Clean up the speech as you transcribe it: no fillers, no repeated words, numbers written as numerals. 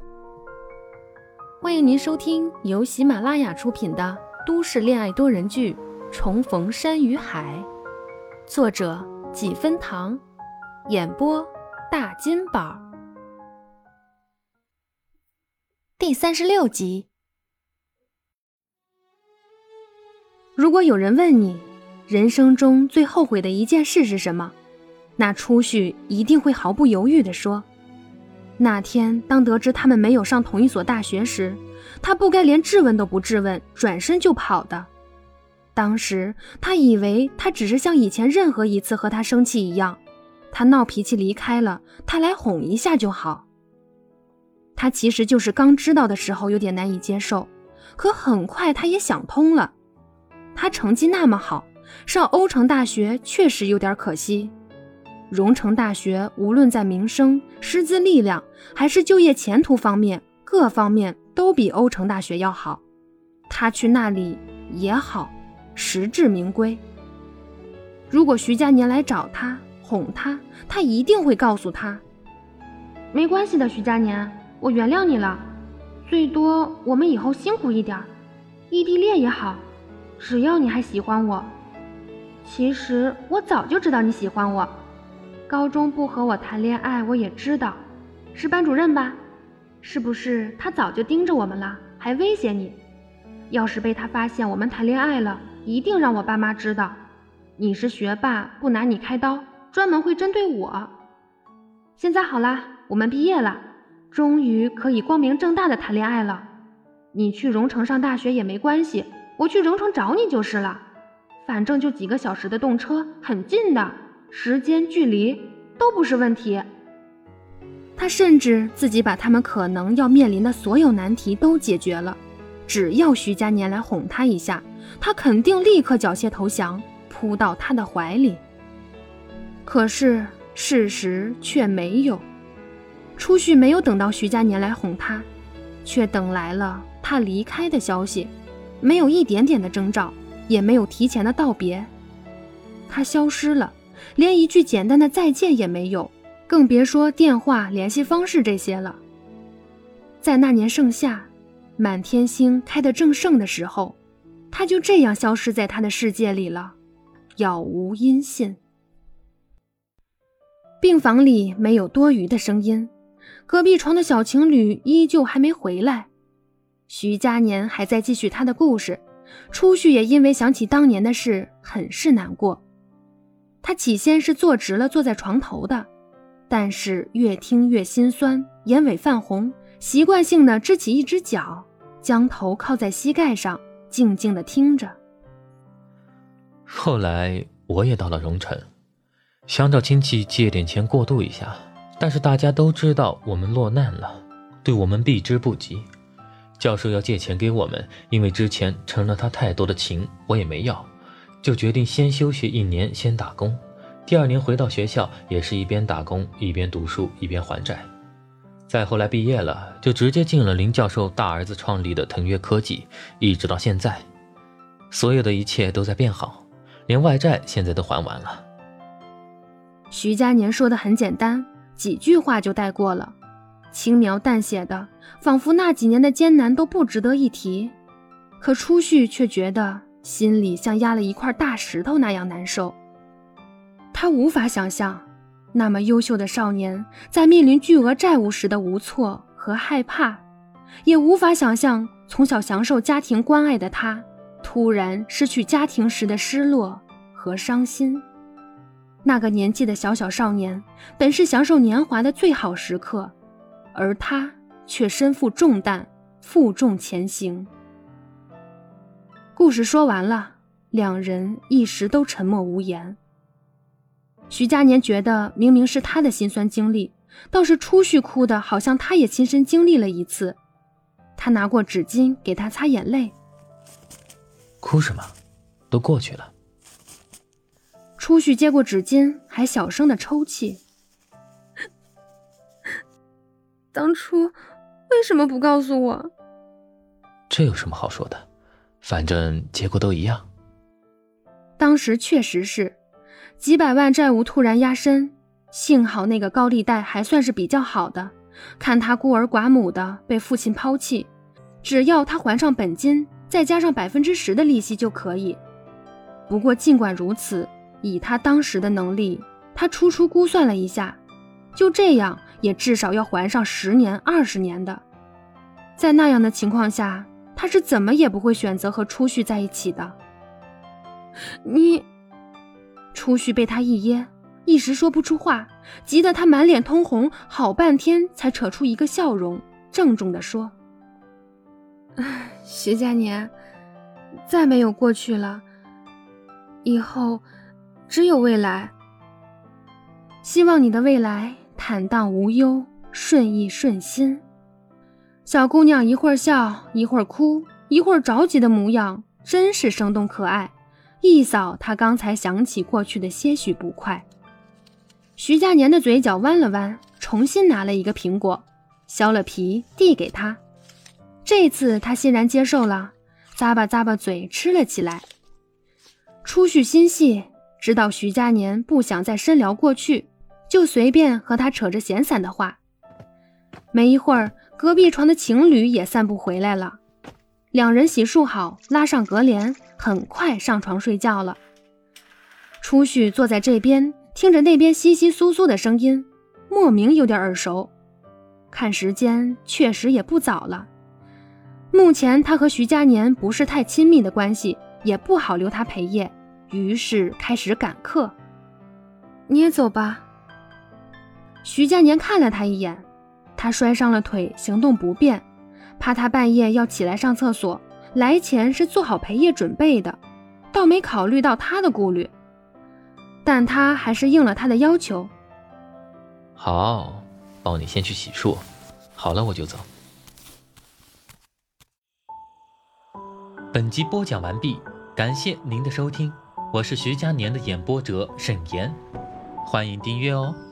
欢迎您收听由喜马拉雅出品的都市恋爱多人剧《重逢山与海》，作者几分糖，演播大金宝。第36集。如果有人问你人生中最后悔的一件事是什么，那初旭一定会毫不犹豫地说，那天当得知他们没有上同一所大学时，他不该连质问都不质问，转身就跑的。当时他以为他只是像以前任何一次和他生气一样，他闹脾气离开了，他来哄一下就好。他其实就是刚知道的时候有点难以接受，可很快他也想通了。他成绩那么好，上欧城大学确实有点可惜。荣城大学无论在名声、师资力量还是就业前途方面，各方面都比欧城大学要好。他去那里也好，实至名归。如果徐佳年来找他哄他，他一定会告诉他，没关系的，徐佳年，我原谅你了，最多我们以后辛苦一点，异地恋也好，只要你还喜欢我。其实我早就知道你喜欢我，高中不和我谈恋爱我也知道，是班主任吧？是不是他早就盯着我们了，还威胁你？要是被他发现我们谈恋爱了，一定让我爸妈知道，你是学霸，不拿你开刀，专门会针对我。现在好啦，我们毕业了，终于可以光明正大的谈恋爱了。你去荣城上大学也没关系，我去荣城找你就是了，反正就几个小时的动车，很近的，时间距离都不是问题。他甚至自己把他们可能要面临的所有难题都解决了，只要徐佳年来哄他一下，他肯定立刻缴械投降，扑到他的怀里。可是事实却没有，初旭没有等到徐佳年来哄他，却等来了他离开的消息，没有一点点的征兆，也没有提前的道别。他消失了，连一句简单的再见也没有，更别说电话联系方式这些了。在那年盛夏，满天星开得正盛的时候，他就这样消失在他的世界里了，杳无音信。病房里没有多余的声音，隔壁床的小情侣依旧还没回来。徐佳年还在继续他的故事，初旭也因为想起当年的事很是难过。他起先是坐直了坐在床头的，但是越听越心酸，眼尾泛红，习惯性地支起一只脚，将头靠在膝盖上，静静地听着。 后来我也到了荣城，想找亲戚借点钱过渡一下，但是大家都知道我们落难了，对我们避之不及。教授要借钱给我们，因为之前承了他太多的情，我也没要，就决定先休学1年，先打工。第2年回到学校，也是一边打工一边读书一边还债。再后来毕业了，就直接进了林教授大儿子创立的腾越科技，一直到现在。所有的一切都在变好，连外债现在都还完了。 徐佳年说的很简单，几句话就带过了，轻描淡写的，仿佛那几年的艰难都不值得一提。可初旭却觉得心里像压了一块大石头那样难受。他无法想象那么优秀的少年在面临巨额债务时的无措和害怕，也无法想象从小享受家庭关爱的他突然失去家庭时的失落和伤心。那个年纪的小少年本是享受年华的最好时刻，而他却身负重担，负重前行。故事说完了，两人一时都沉默无言。徐佳年觉得明明是他的辛酸经历，倒是初旭哭的好像他也亲身经历了一次。他拿过纸巾给他擦眼泪。 哭什么？都过去了。 初旭接过纸巾，还小声的抽泣。当初为什么不告诉我？ 这有什么好说的？反正结果都一样。 当时确实是几百万债务突然压身，幸好那个高利贷还算是比较好的， 看他孤儿寡母的被父亲抛弃，只要他还上本金，再加上10%的利息就可以。不过尽管如此，以他当时的能力，他初估算了一下，就这样也至少要还上10年、20年的。在那样的情况下，他是怎么也不会选择和初旭在一起的。你……初旭被他一噎，一时说不出话，急得他满脸通红，好半天才扯出一个笑容，郑重地说：徐佳年，再没有过去了，以后只有未来。希望你的未来坦荡无忧，顺意顺心。小姑娘一会儿笑，一会儿哭，一会儿着急的模样，真是生动可爱，一扫她刚才想起过去的些许不快。徐佳年的嘴角弯了弯，重新拿了一个苹果，削了皮递给他。这次他欣然接受了，咂巴咂巴嘴吃了起来。初旭心细，知道徐佳年不想再深聊过去，就随便和他扯着闲散的话。没一会儿，隔壁床的情侣也散步回来了，两人洗漱好，拉上隔帘，很快上床睡觉了。初旭坐在这边，听着那边窸窸窣窣的声音，莫名有点耳熟。看时间，确实也不早了。目前他和徐佳年不是太亲密的关系，也不好留他陪夜，于是开始赶课。你也走吧。徐佳年看了他一眼，他摔伤了腿，行动不便，怕他半夜要起来上厕所，来前是做好陪夜准备的，倒没考虑到他的顾虑，但他还是应了他的要求。 好，帮你先去洗漱，好了我就走。本集播讲完毕，感谢您的收听，我是徐佳年的演播者沈岩，欢迎订阅哦。